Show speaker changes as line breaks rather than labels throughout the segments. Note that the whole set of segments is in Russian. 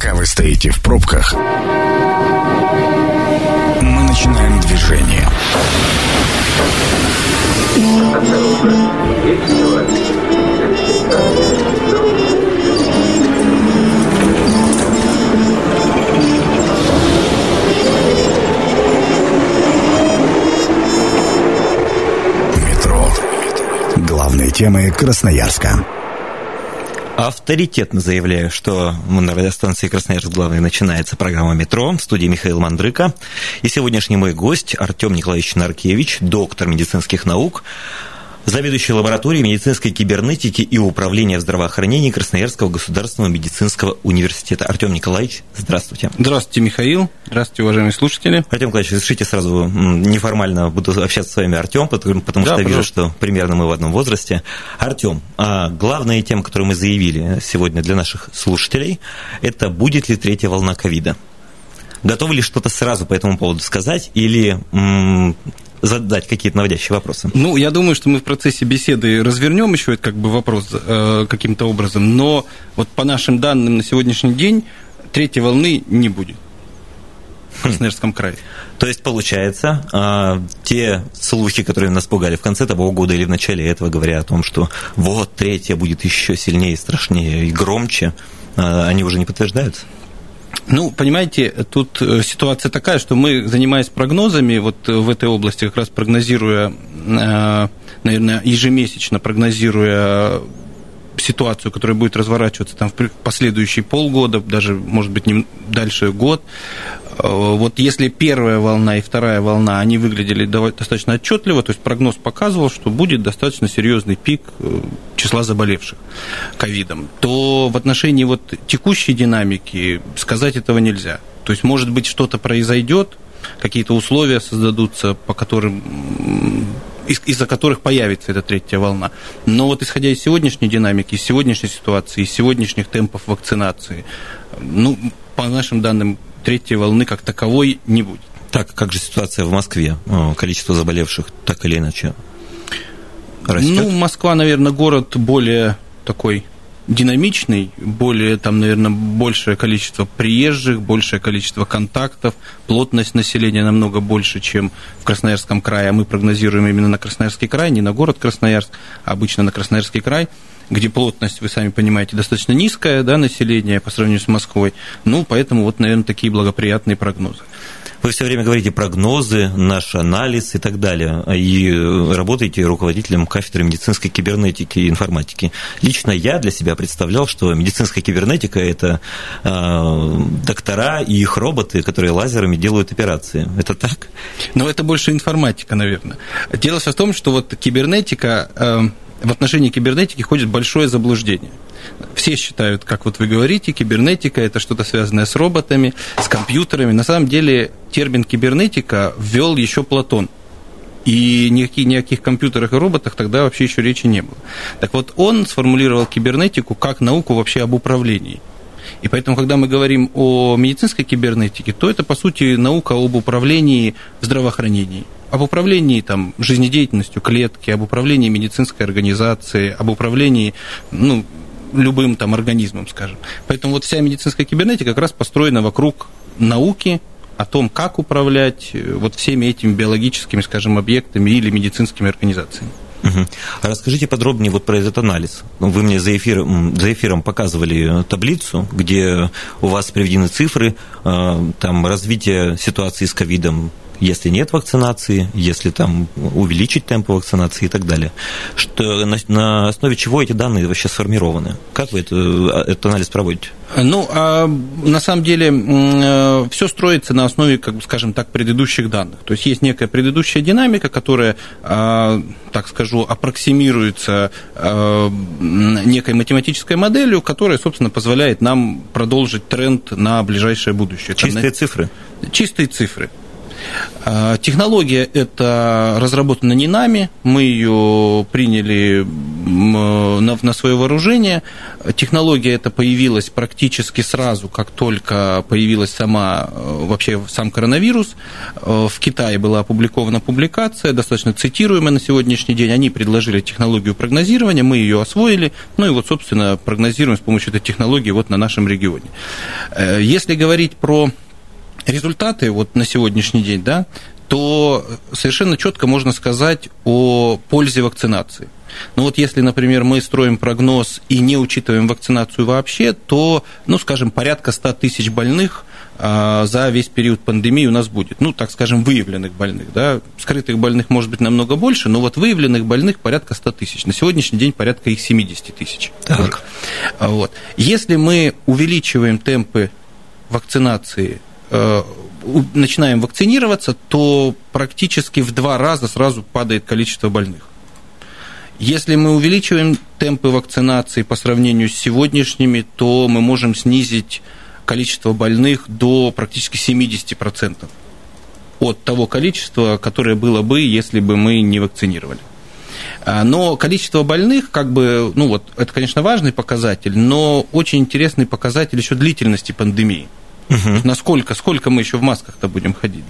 Пока вы стоите в пробках, мы начинаем движение. Метро. Главные темы Красноярска.
Авторитетно заявляю, что на радиостанции «Красноярск главный» начинается программа «Метро». В студии Михаил Мандрыка. И сегодняшний мой гость Артем Николаевич Наркевич, доктор медицинских наук, заведующий лабораторией медицинской кибернетики и управления в здравоохранении Красноярского государственного медицинского университета. Артем Николаевич, здравствуйте.
Здравствуйте, Михаил. Здравствуйте, уважаемые слушатели.
Артем Николаевич, разрешите сразу неформально буду общаться с вами, Артем, потому что я вижу, что примерно мы в одном возрасте. Артем, главная тема, которую мы заявили сегодня для наших слушателей, это будет ли третья волна ковида? Готовы ли что-то сразу по этому поводу сказать или задать какие-то наводящие вопросы?
Ну, я думаю, что мы в процессе беседы развернем еще этот вопрос каким-то образом, но вот по нашим данным на сегодняшний день третьей волны не будет в Красноярском крае.
То есть, получается, те слухи, которые нас пугали в конце того года или в начале этого, говоря о том, что вот третья будет еще сильнее, страшнее и громче, они уже не подтверждаются?
Ну, понимаете, тут ситуация такая, что мы, занимаясь прогнозами, вот в этой области, как раз прогнозируя, наверное, ежемесячно прогнозируя ситуацию, которая будет разворачиваться там в последующие полгода, даже, может быть, не дальше год. Вот если первая волна и вторая волна, они выглядели достаточно отчетливо, то есть прогноз показывал, что будет достаточно серьезный пик числа заболевших ковидом, то в отношении вот текущей динамики сказать этого нельзя. То есть, может быть, что-то произойдет, какие-то условия создадутся, по которым, из-за которых появится эта третья волна. Но вот исходя из сегодняшней динамики, из сегодняшней ситуации, из сегодняшних темпов вакцинации, ну, по нашим данным, третьей волны как таковой не будет. Так, как же ситуация в Москве? Количество заболевших так или иначе растет? Ну, Москва, наверное, город более такой динамичный, более, там, наверное, большее количество приезжих, большее количество контактов, плотность населения намного больше, чем в Красноярском крае, а мы прогнозируем именно на Красноярский край, не на город Красноярск, а обычно на Красноярский край, где плотность, вы сами понимаете, достаточно низкая, да, население по сравнению с Москвой. Ну, поэтому вот, наверное, такие благоприятные прогнозы. Вы все время говорите прогнозы, наш анализ и так далее, и работаете руководителем кафедры медицинской кибернетики и информатики. Лично я для себя представлял, что медицинская кибернетика – это доктора и их роботы, которые лазерами делают операции. Это так? Ну, это больше информатика, наверное. Дело в том, что вот кибернетика… В отношении кибернетики ходит большое заблуждение. Все считают, как вот вы говорите, кибернетика – это что-то связанное с роботами, с компьютерами. На самом деле термин кибернетика ввел еще Платон. И ни о каких компьютерах и роботах тогда вообще еще речи не было. Так вот, он сформулировал кибернетику как науку вообще об управлении. И поэтому, когда мы говорим о медицинской кибернетике, то это, по сути, наука об управлении в здравоохранении, об управлении там, жизнедеятельностью клетки, об управлении медицинской организацией, об управлении любым там, организмом, скажем. Поэтому вот вся медицинская кибернетика как раз построена вокруг науки о том, как управлять вот всеми этими биологическими, скажем, объектами или медицинскими организациями. Угу. А расскажите подробнее вот про этот анализ. Вы мне за эфиром показывали таблицу, где у вас приведены цифры, там развитие ситуации с ковидом, если нет вакцинации, если там увеличить темпы вакцинации и так далее. Что, на основе чего эти данные вообще сформированы? Как вы этот анализ проводите? Ну, на самом деле, все строится на основе, скажем так, предыдущих данных. То есть, есть некая предыдущая динамика, которая, так скажу, аппроксимируется некой математической моделью, которая, собственно, позволяет нам продолжить тренд на ближайшее будущее. Чистые цифры? Чистые цифры. Технология эта разработана не нами, мы ее приняли на свое вооружение. Технология эта появилась практически сразу, как только появилась сам коронавирус. В Китае была опубликована публикация, достаточно цитируемая на сегодняшний день. Они предложили технологию прогнозирования, мы ее освоили, собственно, прогнозируем с помощью этой технологии на нашем регионе. Если говорить про результаты на сегодняшний день, то совершенно четко можно сказать о пользе вакцинации. Если, например, мы строим прогноз и не учитываем вакцинацию вообще, то, скажем, порядка 100 тысяч больных за весь период пандемии у нас будет. Так скажем, выявленных больных. Скрытых больных может быть намного больше, но выявленных больных порядка 100 тысяч. На сегодняшний день порядка их 70 тысяч.
Так.
Если мы увеличиваем темпы вакцинации, начинаем вакцинироваться, то практически в 2 раза сразу падает количество больных. Если мы увеличиваем темпы вакцинации по сравнению с сегодняшними, то мы можем снизить количество больных до практически 70% от того количества, которое было бы, если бы мы не вакцинировали. Но количество больных, это, конечно, важный показатель, но очень интересный показатель еще длительности пандемии. Сколько мы еще в масках-то будем ходить,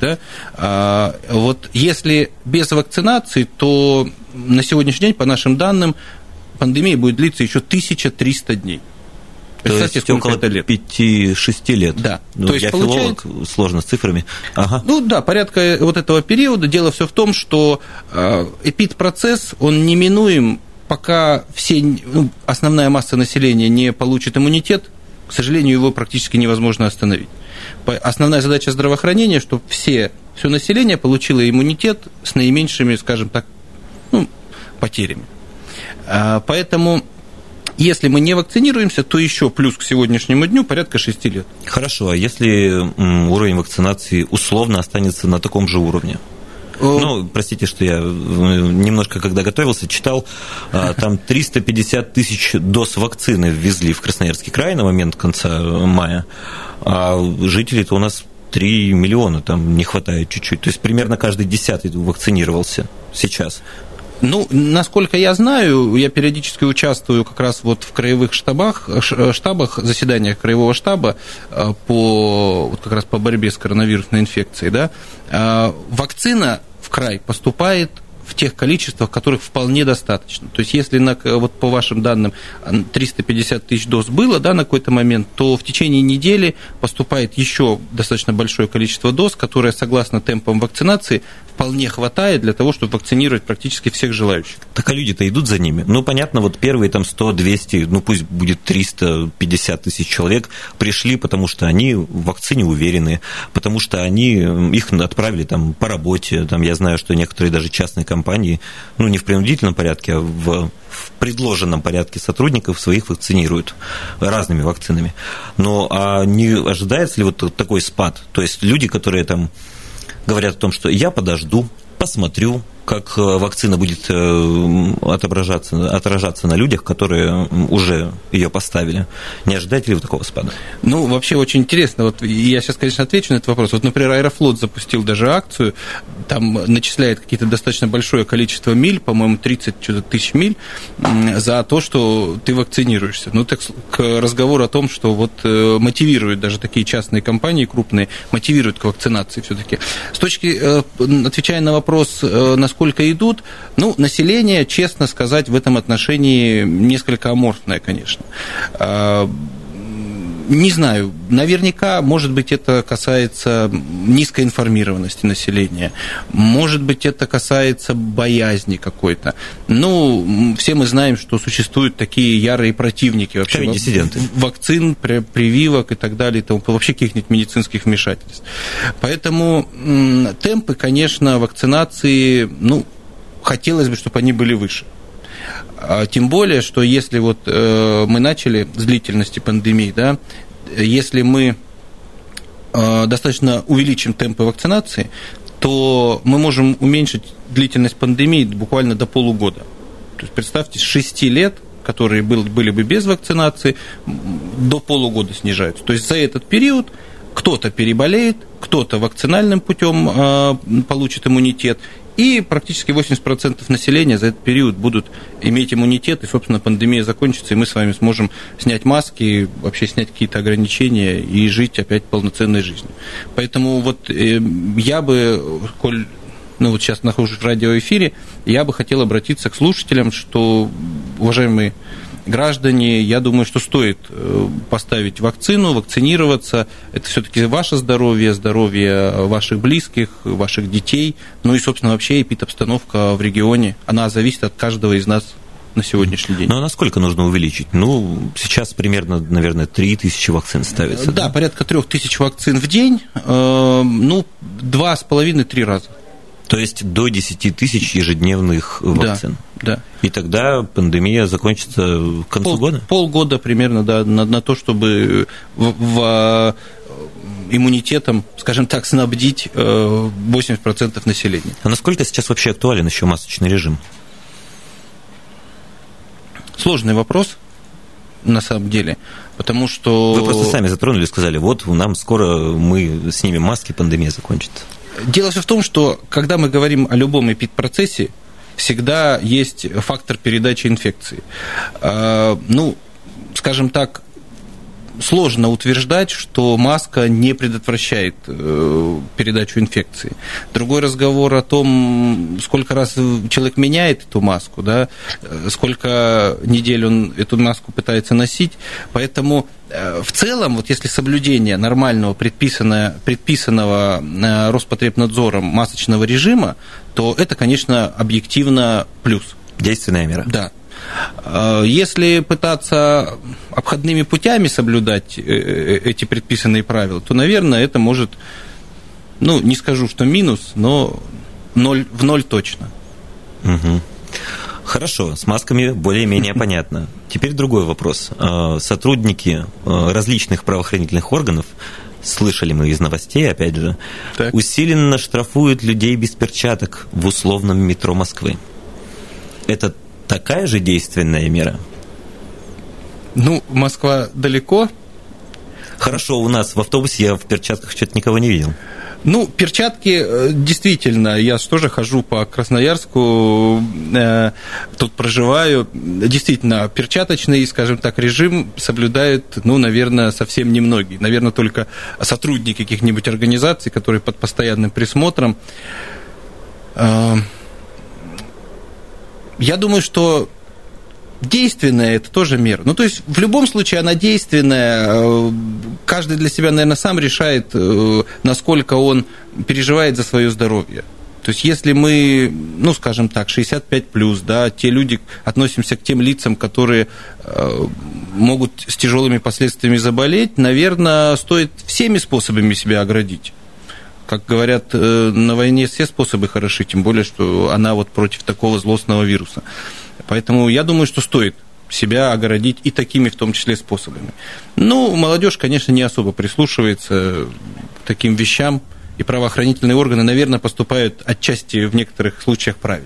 если без вакцинации, то на сегодняшний день, по нашим данным, пандемия будет длиться еще 1300 дней.
Представьте, то есть около это лет? 5-6 лет.
Да.
То есть я филолог, сложно с цифрами. Ага.
Порядка этого периода. Дело все в том, что эпидпроцесс, он неминуем, пока основная масса населения не получит иммунитет. К сожалению, его практически невозможно остановить. Основная задача здравоохранения, чтобы все население получило иммунитет с наименьшими, скажем так, потерями. Поэтому, если мы не вакцинируемся, то еще плюс к сегодняшнему дню порядка 6 лет.
Хорошо, а если уровень вакцинации условно останется на таком же уровне? Простите, что я немножко, когда готовился, читал, там 350 тысяч доз вакцины ввезли в Красноярский край на момент конца мая, а жителей-то у нас 3 миллиона, там не хватает чуть-чуть. То есть примерно каждый 10-й вакцинировался сейчас.
Насколько я знаю, я периодически участвую как раз в краевых штабах, заседаниях краевого штаба как раз по борьбе с коронавирусной инфекцией. Вакцина в край поступает в тех количествах, которых вполне достаточно. То есть, если по вашим данным 350 тысяч доз было на какой-то момент, то в течение недели поступает еще достаточно большое количество доз, которое, согласно темпам вакцинации, вполне хватает для того, чтобы вакцинировать практически всех желающих.
Так а люди-то идут за ними? Понятно, первые 100, 200, пусть будет 350 тысяч человек пришли, потому что они в вакцине уверены, потому что их отправили по работе. Я знаю, что некоторые даже частные компании, не в принудительном порядке, а в предложенном порядке сотрудников своих вакцинируют разными вакцинами. А не ожидается ли такой спад? То есть люди, которые говорят о том, что я подожду, посмотрю, как вакцина будет отражаться на людях, которые уже ее поставили. Не ожидаете ли вы такого спада?
Вообще очень интересно. Я сейчас, конечно, отвечу на этот вопрос. Например, Аэрофлот запустил даже акцию, там начисляет какие-то достаточно большое количество миль, по-моему, 30 тысяч миль, за то, что ты вакцинируешься. Так к разговору о том, что мотивируют даже такие частные компании крупные, мотивируют к вакцинации все-таки. Отвечая на вопрос, насколько идут, население, честно сказать, в этом отношении несколько аморфное, конечно. Не знаю, наверняка, может быть, это касается низкой информированности населения, может быть, это касается боязни какой-то. Все мы знаем, что существуют такие ярые противники вообще вакцин, прививок и так далее, вообще каких-нибудь медицинских вмешательств. Поэтому темпы, конечно, вакцинации, хотелось бы, чтобы они были выше. Тем более, что если мы начали с длительности пандемии, если мы достаточно увеличим темпы вакцинации, то мы можем уменьшить длительность пандемии буквально до полугода. То есть представьте, с 6 лет, которые были бы без вакцинации, до полугода снижаются. То есть за этот период кто-то переболеет, кто-то вакцинальным путем получит иммунитет, и практически 80% населения за этот период будут иметь иммунитет, и, собственно, пандемия закончится, и мы с вами сможем снять маски, вообще снять какие-то ограничения и жить опять полноценной жизнью. Поэтому вот я бы, коль вот сейчас нахожусь в радиоэфире, я бы хотел обратиться к слушателям, что, уважаемые граждане, я думаю, что стоит поставить вакцину, вакцинироваться. Это все-таки ваше здоровье, здоровье ваших близких, ваших детей, ну и, собственно, вообще эпидобстановка в регионе. Она зависит от каждого из нас на сегодняшний день.
Ну, а насколько нужно увеличить? Ну, сейчас примерно, наверное, 3000 вакцин ставится.
Да, порядка 3000 вакцин в день, 2,5-3 раза.
То есть до 10 тысяч ежедневных вакцин.
Да.
И тогда пандемия закончится к концу года?
Полгода примерно, да, на то, чтобы иммунитетом, скажем так, снабдить 80% населения.
А насколько сейчас вообще актуален еще масочный режим?
Сложный вопрос, на самом деле, потому что...
Вы просто сами затронули, сказали, вот нам скоро мы снимем маски, пандемия закончится.
Дело все в том, что когда мы говорим о любом эпидпроцессе, всегда есть фактор передачи инфекции. Ну, скажем так, сложно утверждать, что маска не предотвращает передачу инфекции. Другой разговор о том, сколько раз человек меняет эту маску, да, сколько недель он эту маску пытается носить. Поэтому в целом, вот если соблюдение нормального предписанного Роспотребнадзором масочного режима, то это, конечно, объективно плюс.
Действенная мера.
Да. Если пытаться обходными путями соблюдать эти предписанные правила, то, наверное, это может, ну, не скажу, что минус, но в ноль точно.
Угу. Хорошо, с масками более-менее понятно. Теперь другой вопрос. Сотрудники различных правоохранительных органов, слышали мы из новостей, опять же, так, усиленно штрафуют людей без перчаток в условном метро Москвы. Это такая же действенная мера?
Ну, Москва далеко.
Хорошо, у нас в автобусе я в перчатках что-то никого не видел.
Ну, перчатки, действительно, я тоже хожу по Красноярску, тут проживаю. Действительно, перчаточный, скажем так, режим соблюдают, ну, наверное, совсем немногие. Наверное, только сотрудники каких-нибудь организаций, которые под постоянным присмотром. Я думаю, что действенная – это тоже мера. Ну, то есть, в любом случае, она действенная. Каждый для себя, наверное, сам решает, насколько он переживает за свое здоровье. То есть, если мы, ну, скажем так, 65+, да, те люди, относимся к тем лицам, которые могут с тяжелыми последствиями заболеть, наверное, стоит всеми способами себя оградить. Как говорят, на войне все способы хороши, тем более, что она вот против такого злостного вируса. Поэтому я думаю, что стоит себя огородить и такими, в том числе, способами. Ну, молодежь, конечно, не особо прислушивается к таким вещам, и правоохранительные органы, наверное, поступают отчасти в некоторых случаях правильно.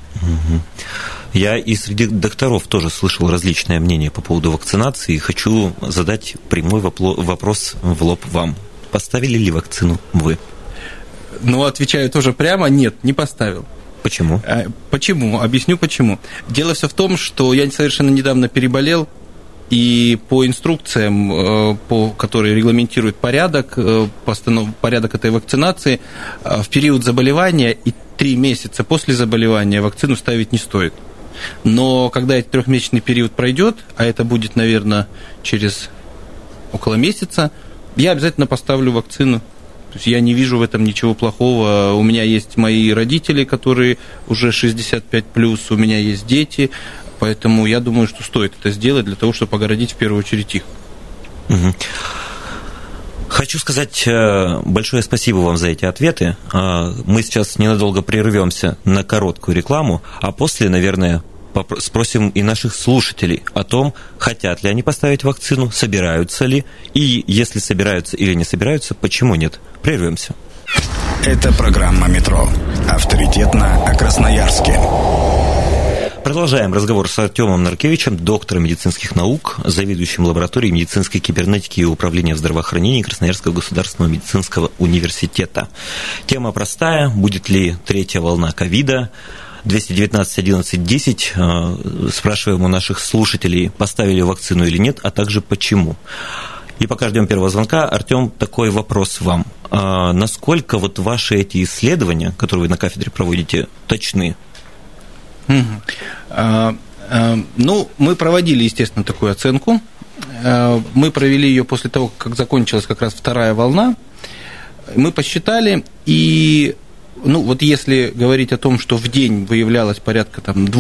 Я и среди докторов тоже слышал различное мнение по поводу вакцинации, и хочу задать прямой вопрос в лоб вам. Поставили ли вакцину вы?
Ну, отвечаю тоже прямо, нет, не поставил.
Почему?
Почему? Объясню почему. Дело все в том, что я совершенно недавно переболел, и по инструкциям, которые регламентируют порядок этой вакцинации, в период заболевания и 3 месяца после заболевания вакцину ставить не стоит. Но когда этот 3-месячный период пройдет, а это будет, наверное, через около месяца, я обязательно поставлю вакцину. То есть я не вижу в этом ничего плохого. У меня есть мои родители, которые уже 65+, у меня есть дети, поэтому я думаю, что стоит это сделать для того, чтобы огородить в первую очередь их.
Угу. Хочу сказать большое спасибо вам за эти ответы. Мы сейчас ненадолго прервемся на короткую рекламу, а после, наверное, спросим и наших слушателей о том, хотят ли они поставить вакцину, собираются ли, и если собираются или не собираются, почему нет. Прервемся.
Это программа «Метро». Авторитетно о Красноярске.
Продолжаем разговор с Артемом Наркевичем, доктором медицинских наук, заведующим лабораторией медицинской кибернетики и управления в здравоохранении Красноярского государственного медицинского университета. Тема простая. Будет ли третья волна ковида? 219-11-10. Спрашиваем у наших слушателей, поставили вакцину или нет, а также почему. И пока ждем первого звонка, Артем, такой вопрос вам. Насколько вот ваши эти исследования, которые вы на кафедре проводите, точны?
Ну, мы проводили, естественно, такую оценку. Мы провели ее после того, как закончилась как раз вторая волна. Мы посчитали, и ну, вот если говорить о том, что в день выявлялось порядка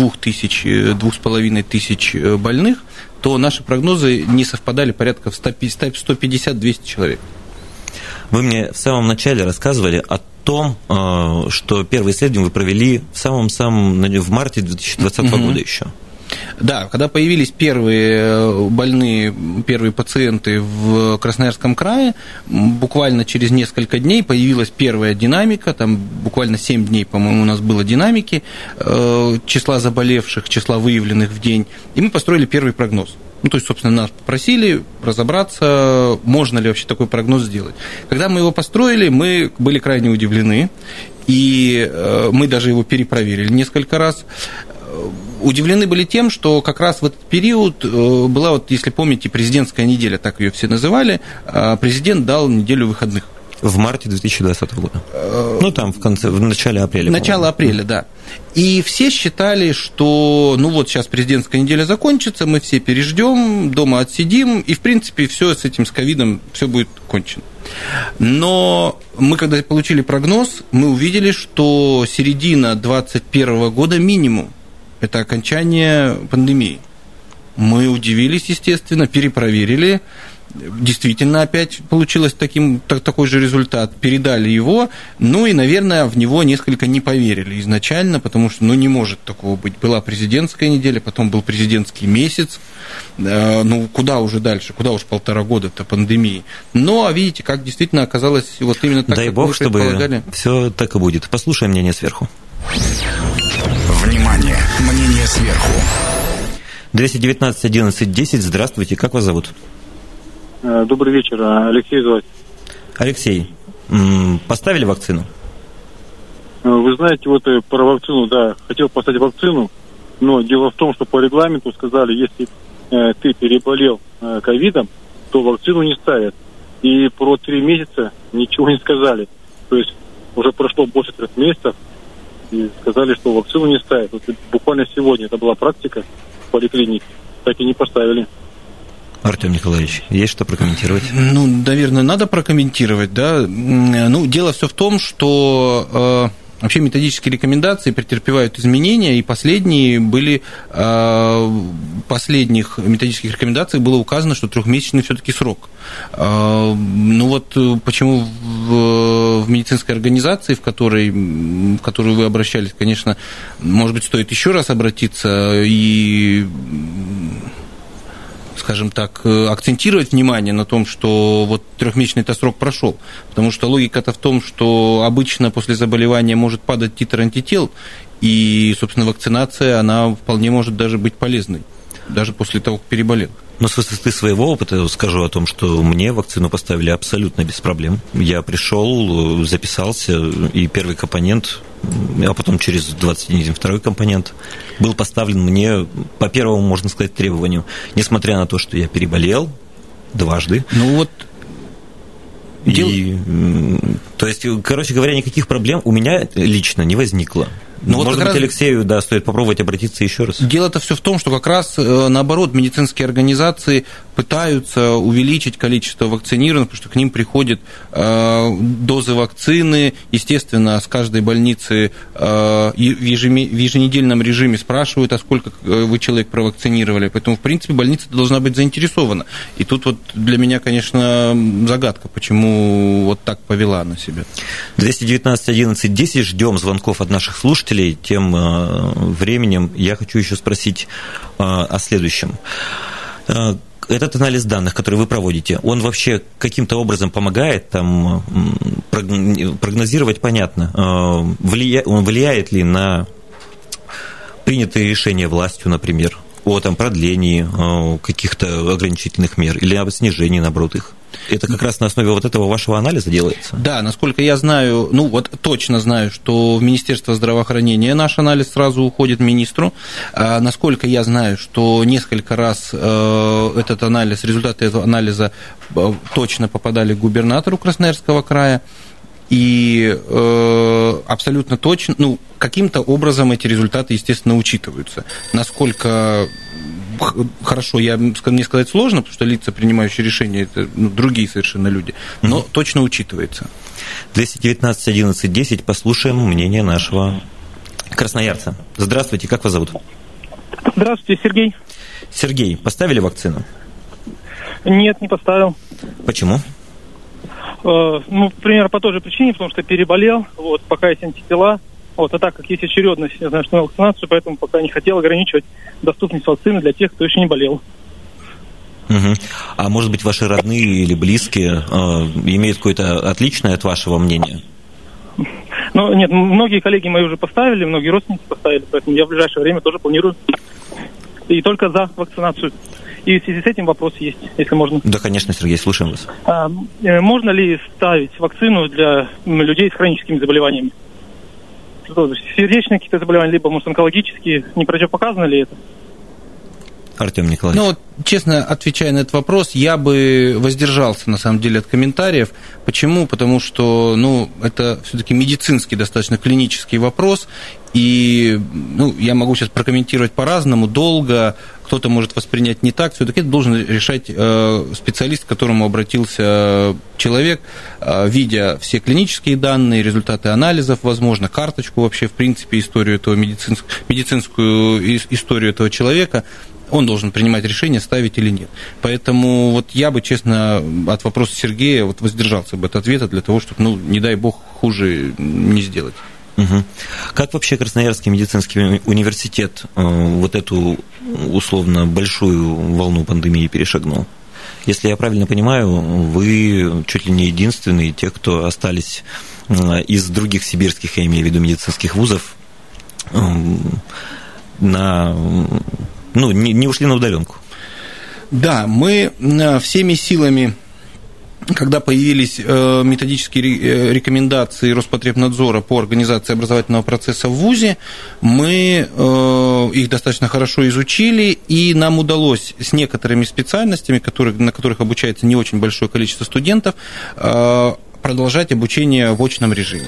2500 больных, то наши прогнозы не совпадали порядка в 150-200 человек.
Вы мне в самом начале рассказывали о том, что первые исследования вы провели в марте 2020 года еще.
Да, когда появились первые больные, первые пациенты в Красноярском крае, буквально через несколько дней появилась первая динамика, там буквально 7 дней, по-моему, у нас было динамики, числа заболевших, числа выявленных в день, и мы построили первый прогноз. Ну, то есть, собственно, нас попросили разобраться, можно ли вообще такой прогноз сделать. Когда мы его построили, мы были крайне удивлены, и мы даже его перепроверили несколько раз. Удивлены были тем, что как раз в этот период была, вот, если помните, президентская неделя, так ее все называли, президент дал неделю выходных.
В марте 2020 года. Ну, там в начале апреля.
Начало апреля, да. И все считали, что, ну вот сейчас президентская неделя закончится, мы все переждем, дома отсидим, и, в принципе, все с этим, с ковидом, все будет кончено. Но мы, когда получили прогноз, мы увидели, что середина 2021 года минимум. Это окончание пандемии. Мы удивились, естественно, перепроверили. Действительно, опять получилось такой же результат. Передали его, ну и, наверное, в него несколько не поверили изначально, потому что, ну, не может такого быть. Была президентская неделя, потом был президентский месяц. Ну, куда уже дальше? Куда уж 1,5 года-то пандемии? Но, видите, как действительно оказалось вот именно так,
дай
как
бог,
мы предполагали.
Чтобы все так и будет. Послушаем мнение сверху.
Внимание! Мнение сверху.
219-11-10. Здравствуйте. Как вас зовут?
Добрый вечер. Алексей зовут.
Алексей, поставили вакцину?
Вы знаете, вот про вакцину, да, хотел поставить вакцину, но дело в том, что по регламенту сказали, если ты переболел ковидом, то вакцину не ставят. И про 3 месяца ничего не сказали. То есть уже прошло больше 3 месяцев, и сказали, что вакцину не ставят. Вот буквально сегодня это была практика в поликлинике, так и не поставили.
Артем Николаевич, есть что прокомментировать?
Ну, наверное, надо прокомментировать, да. Ну, дело все в том, что вообще методические рекомендации претерпевают изменения, и последние были, последних методических рекомендациях было указано, что 3-месячный все-таки срок. Ну вот почему в медицинской организации, в которую вы обращались, конечно, может быть, стоит еще раз обратиться и, скажем так, акцентировать внимание на том, что вот 3-месячный-то срок прошел, потому что логика-то в том, что обычно после заболевания может падать титр антител, и, собственно, вакцинация, она вполне может даже быть полезной, даже после того, как переболел.
Но с высоты своего опыта скажу о том, что мне вакцину поставили абсолютно без проблем. Я пришел, записался, и первый компонент, а потом через 21 день второй компонент был поставлен мне по первому, можно сказать, требованию. Несмотря на то, что я переболел дважды.
Ну вот.
То есть, короче говоря, никаких проблем у меня лично не возникло. Ну, может быть, Алексею, да, стоит попробовать обратиться еще раз.
Дело-то все в том, что как раз наоборот медицинские организации пытаются увеличить количество вакцинированных, потому что к ним приходят дозы вакцины. Естественно, с каждой больницы в еженедельном режиме спрашивают, а сколько вы человек провакцинировали. Поэтому, в принципе, больница должна быть заинтересована. И тут вот для меня, конечно, загадка, почему вот так повела она себя.
219-11-10. Ждем звонков от наших слушателей. Тем временем я хочу еще спросить о следующем. Этот анализ данных, который вы проводите, он вообще каким-то образом помогает там прогнозировать, понятно, он влияет ли на принятые решения властью, например, о там, продлении каких-то ограничительных мер или об снижении, наоборот, их? Это как раз на основе вот этого вашего анализа делается?
Да, насколько я знаю, точно знаю, что в Министерство здравоохранения наш анализ сразу уходит министру. Насколько я знаю, что несколько раз результаты этого анализа точно попадали к губернатору Красноярского края. И абсолютно точно, каким-то образом эти результаты, естественно, учитываются. Насколько хорошо, мне сказать сложно, потому что лица, принимающие решения, это другие совершенно люди, но точно учитывается.
219-11-10, послушаем мнение нашего красноярца. Здравствуйте, как вас зовут?
Здравствуйте, Сергей.
Сергей, поставили вакцину?
Нет, не поставил.
Почему?
Примерно по той же причине, потому что переболел, пока есть антитела. А так как есть очередность, я знаю, что на вакцинацию, поэтому пока не хотел ограничивать доступность вакцины для тех, кто еще не болел.
Угу. А может быть, ваши родные или близкие имеют какое-то отличное от вашего мнения?
Нет, многие коллеги мои уже поставили, многие родственники поставили, поэтому я в ближайшее время тоже планирую. И только за вакцинацию. И в связи с этим вопрос есть, если можно.
Да, конечно, Сергей, слушаем вас.
Можно ли ставить вакцину для людей с хроническими заболеваниями? Сердечные какие-то заболевания, либо, может, онкологические. Не противопоказано ли это?
Артем Николаевич.
Честно отвечая на этот вопрос, я бы воздержался, на самом деле, от комментариев. Почему? Потому что, это все-таки медицинский, достаточно клинический вопрос, и, я могу сейчас прокомментировать по-разному, долго, кто-то может воспринять не так, все-таки это должен решать специалист, к которому обратился человек, видя все клинические данные, результаты анализов, возможно, карточку вообще, в принципе, историю этого медицинскую историю этого человека, он должен принимать решение, ставить или нет. Поэтому я бы, честно, от вопроса Сергея воздержался бы от ответа для того, чтобы, не дай бог, хуже не сделать.
Угу. Как вообще Красноярский медицинский университет эту условно большую волну пандемии перешагнул? Если я правильно понимаю, вы чуть ли не единственные, те, кто остались из других сибирских, я имею в виду, медицинских вузов, не ушли на удаленку. Да,
мы всеми силами, когда появились методические рекомендации Роспотребнадзора по организации образовательного процесса в ВУЗе, мы их достаточно хорошо изучили, и нам удалось с некоторыми специальностями, на которых обучается не очень большое количество студентов, продолжать обучение в очном режиме.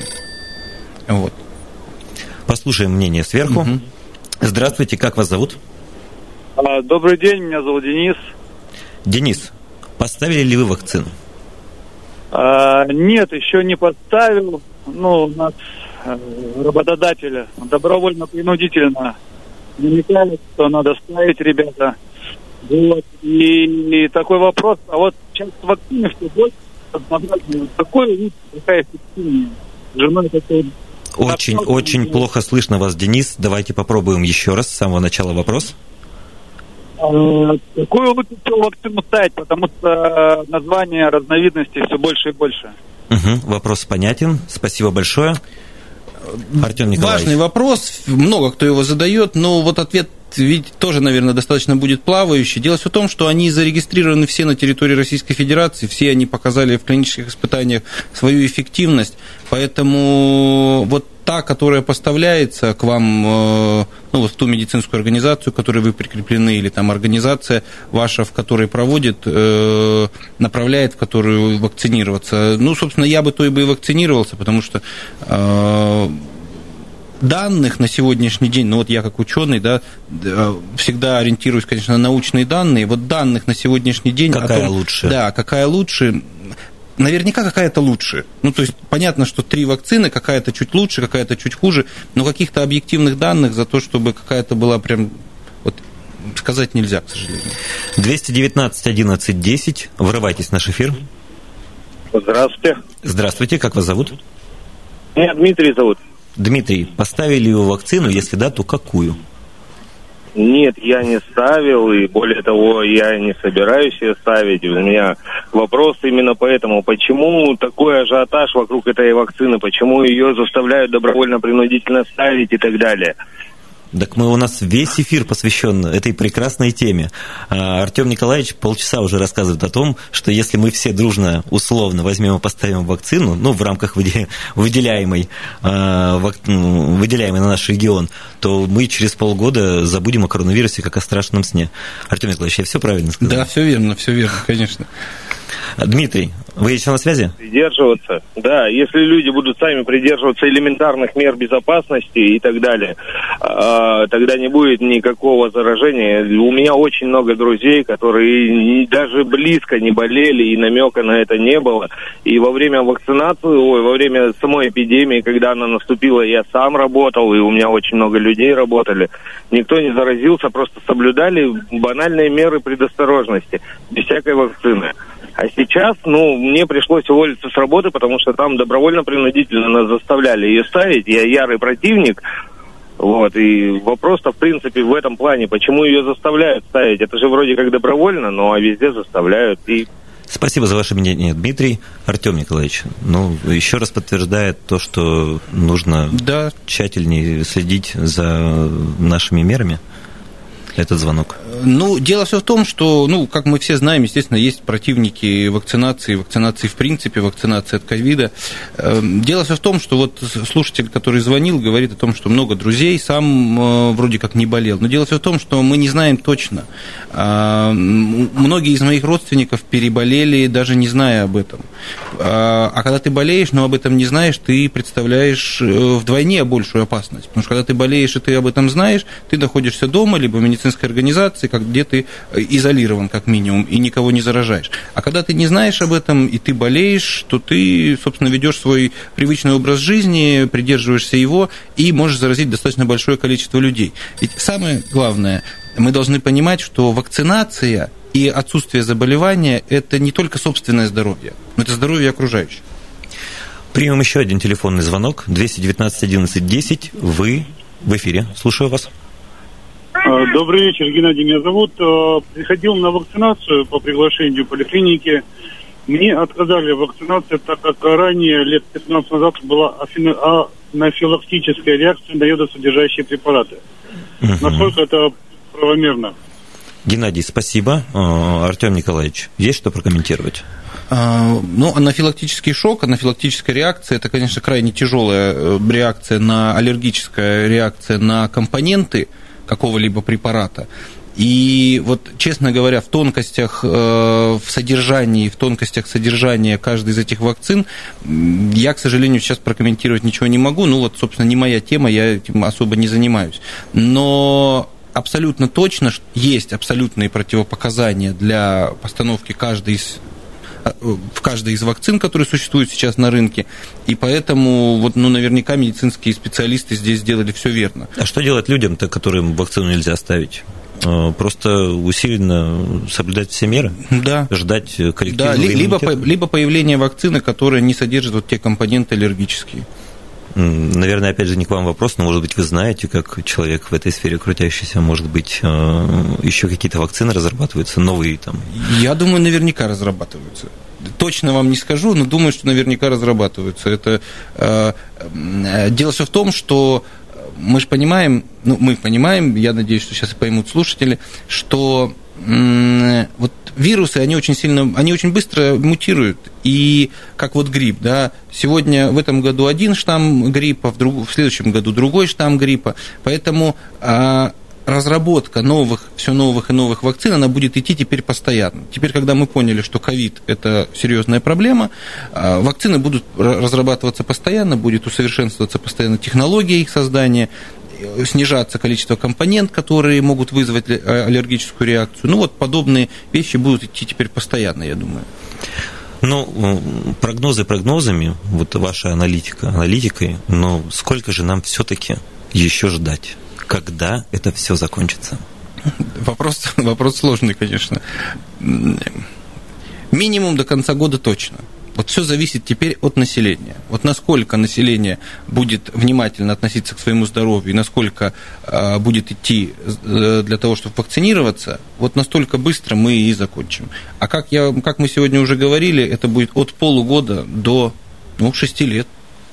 Послушаем мнение сверху. Угу. Здравствуйте, как вас зовут?
Добрый день, меня зовут Денис.
Денис, поставили ли вы вакцину?
Нет, еще не поставил. У нас работодатели добровольно-принудительно намекали, что надо ставить, ребята. И такой вопрос. А сейчас вакцины все больше. Какой лучше, какая эффективнее?
Очень плохо слышно вас, Денис. Давайте попробуем еще раз с самого начала вопрос.
Какую лучше всего вакцину ставить, потому что названия разновидностей все больше и больше.
Угу, вопрос понятен. Спасибо большое. Артем Николаевич.
Важный вопрос, много кто его задает, но ответ ведь тоже, наверное, достаточно будет плавающий. Дело в том, что они зарегистрированы все на территории Российской Федерации, все они показали в клинических испытаниях свою эффективность, поэтому та, которая поставляется к вам, в ту медицинскую организацию, к которой вы прикреплены, или там организация ваша, в которой проводит, направляет, в которую вакцинироваться. Собственно, я бы то и вакцинировался, потому что данных на сегодняшний день, я как ученый, всегда ориентируюсь, конечно, на научные данные. Данных на сегодняшний день...
Какая лучше?
Да, какая лучше... Наверняка какая-то лучше. То есть понятно, что 3 вакцины, какая-то чуть лучше, какая-то чуть хуже, но каких-то объективных данных за то, чтобы какая-то была прям... сказать нельзя, к сожалению.
219-11-10, врывайтесь в наш эфир.
Здравствуйте.
Здравствуйте, как вас зовут?
Меня Дмитрий зовут.
Дмитрий, поставили вы вакцину, если да, то какую?
Нет, я не ставил, и более того, я не собираюсь ее ставить. У меня вопрос именно поэтому, почему такой ажиотаж вокруг этой вакцины, почему ее заставляют добровольно-принудительно ставить и так далее.
Так у нас весь эфир посвящен этой прекрасной теме. Артем Николаевич полчаса уже рассказывает о том, что если мы все дружно, условно возьмем и поставим вакцину, в рамках выделяемой на наш регион, то мы через полгода забудем о коронавирусе как о страшном сне. Артем Николаевич, я все правильно сказал?
Да, все верно, конечно.
Дмитрий, вы еще на связи?
Придерживаться, да. Если люди будут сами придерживаться элементарных мер безопасности и так далее, тогда не будет никакого заражения. У меня очень много друзей, которые даже близко не болели, и намека на это не было. И во время вакцинации, во время самой эпидемии, когда она наступила, я сам работал, и у меня очень много людей работали. Никто не заразился, просто соблюдали банальные меры предосторожности, без всякой вакцины. А сейчас, мне пришлось уволиться с работы, потому что там добровольно-принудительно нас заставляли ее ставить. Я ярый противник. И вопрос-то, в принципе, в этом плане, почему ее заставляют ставить? Это же вроде как добровольно, а везде заставляют.
Спасибо за ваше мнение, Дмитрий. Артем Николаевич, еще раз подтверждает то, что нужно тщательнее следить за нашими мерами. Этот звонок?
Дело все в том, что, как мы все знаем, естественно, есть противники вакцинации в принципе, вакцинации от ковида. Дело все в том, что слушатель, который звонил, говорит о том, что много друзей, сам вроде как не болел. Но дело все в том, что мы не знаем точно. Многие из моих родственников переболели, даже не зная об этом. А когда ты болеешь, но об этом не знаешь, ты представляешь вдвойне большую опасность. Потому что когда ты болеешь, и ты об этом знаешь, ты находишься дома, либо в медицинской организации, где ты изолирован как минимум и никого не заражаешь. А когда ты не знаешь об этом и ты болеешь, то ты, собственно, ведешь свой привычный образ жизни, придерживаешься его и можешь заразить достаточно большое количество людей. Ведь самое главное, мы должны понимать, что вакцинация и отсутствие заболевания – это не только собственное здоровье, но это здоровье окружающих.
Примем еще один телефонный звонок. 219 11 10. Вы в эфире. Слушаю вас.
Добрый вечер, Геннадий меня зовут. Приходил на вакцинацию по приглашению поликлиники. Мне отказали в вакцинации, так как ранее, лет 15 назад, была анафилактическая реакция на йодосодержащие препараты. Насколько это правомерно?
Геннадий, спасибо. Артем Николаевич, есть что прокомментировать? Анафилактический шок, анафилактическая реакция – это, конечно, крайне тяжелая реакция, аллергическая реакция на компоненты какого-либо препарата. И честно говоря, в тонкостях в содержании, в тонкостях содержания каждой из этих вакцин я, к сожалению, сейчас прокомментировать ничего не могу. Собственно, не моя тема, я этим особо не занимаюсь. Но абсолютно точно есть абсолютные противопоказания для постановки в каждой из вакцин, которые существуют сейчас на рынке, и поэтому наверняка медицинские специалисты здесь сделали все верно.
А что делать людям-то, которым вакцину нельзя ставить? Просто усиленно соблюдать все меры?
Да.
Ждать коллективного
иммунитета? Либо появление вакцины, которая не содержит те компоненты аллергические.
Наверное, опять же, не к вам вопрос, но, может быть, вы знаете, как человек в этой сфере крутящийся, может быть, еще какие-то вакцины разрабатываются, новые там?
Я думаю, наверняка разрабатываются. Точно вам не скажу, но думаю, что наверняка разрабатываются. Дело все в том, что мы же понимаем, я надеюсь, что сейчас и поймут слушатели, что вирусы, они очень быстро мутируют, и как грипп, да, сегодня в этом году один штамм гриппа, в следующем году другой штамм гриппа, поэтому разработка все новых и новых вакцин, она будет идти теперь постоянно. Теперь, когда мы поняли, что ковид – это серьезная проблема, вакцины будут разрабатываться постоянно, будет усовершенствоваться постоянно технология их создания, снижаться количество компонент, которые могут вызвать аллергическую реакцию. Подобные вещи будут идти теперь постоянно, я думаю.
Прогнозы прогнозами, ваша аналитикой, но сколько же нам все-таки еще ждать? Когда это все закончится?
Вопрос сложный, конечно. Минимум до конца года точно. Все зависит теперь от населения. Насколько население будет внимательно относиться к своему здоровью и насколько будет идти для того, чтобы вакцинироваться, настолько быстро мы и закончим. А как мы сегодня уже говорили, это будет от полугода до 6 лет.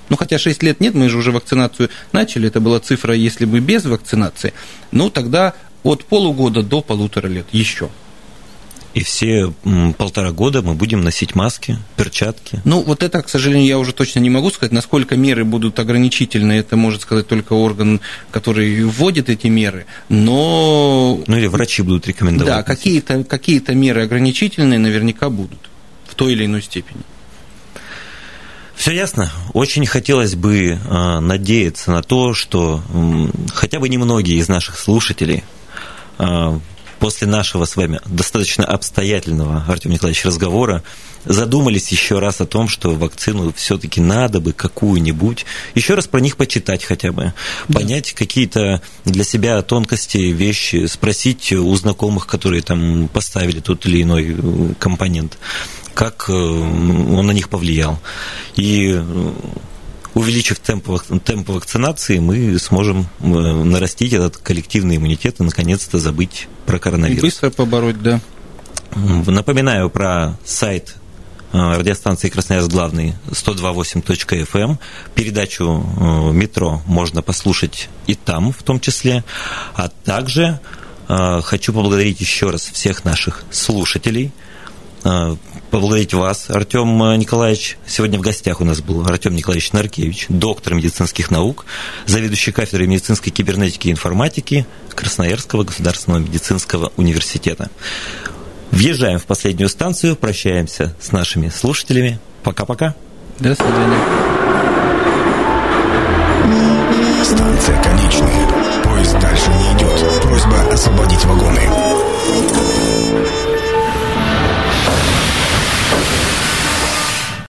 Ну, хотя 6 лет нет, мы же уже вакцинацию начали, это была цифра, если бы без вакцинации, ну, тогда от полугода до 1,5 лет еще.
И все 1,5 года мы будем носить маски, перчатки.
Ну, вот это, к сожалению, я уже точно не могу сказать. Насколько меры будут ограничительны, это может сказать только орган, который вводит эти меры. Но...
Ну, или врачи будут рекомендовать.
Да, какие-то меры ограничительные наверняка будут в той или иной степени.
Все ясно. Очень хотелось бы надеяться на то, что хотя бы немногие из наших слушателей после нашего с вами достаточно обстоятельного, Артем Николаевич, разговора задумались еще раз о том, что вакцину все-таки надо бы какую-нибудь, еще раз про них почитать хотя бы, понять какие-то для себя тонкости, вещи, спросить у знакомых, которые там поставили тот или иной компонент, как он на них повлиял. И увеличив темпы вакцинации, мы сможем нарастить этот коллективный иммунитет и наконец-то забыть про коронавирус.
И быстро побороть, да.
Напоминаю про сайт радиостанции «Красноярск главный» 102.8.fm. Передачу «Метро» можно послушать и там в том числе. А также хочу поблагодарить еще раз всех наших слушателей, поблагодарить вас, Артем Николаевич. Сегодня в гостях у нас был Артем Николаевич Наркевич, доктор медицинских наук, заведующий кафедрой медицинской кибернетики и информатики Красноярского государственного медицинского университета. Въезжаем в последнюю станцию, прощаемся с нашими слушателями. Пока-пока.
До свидания.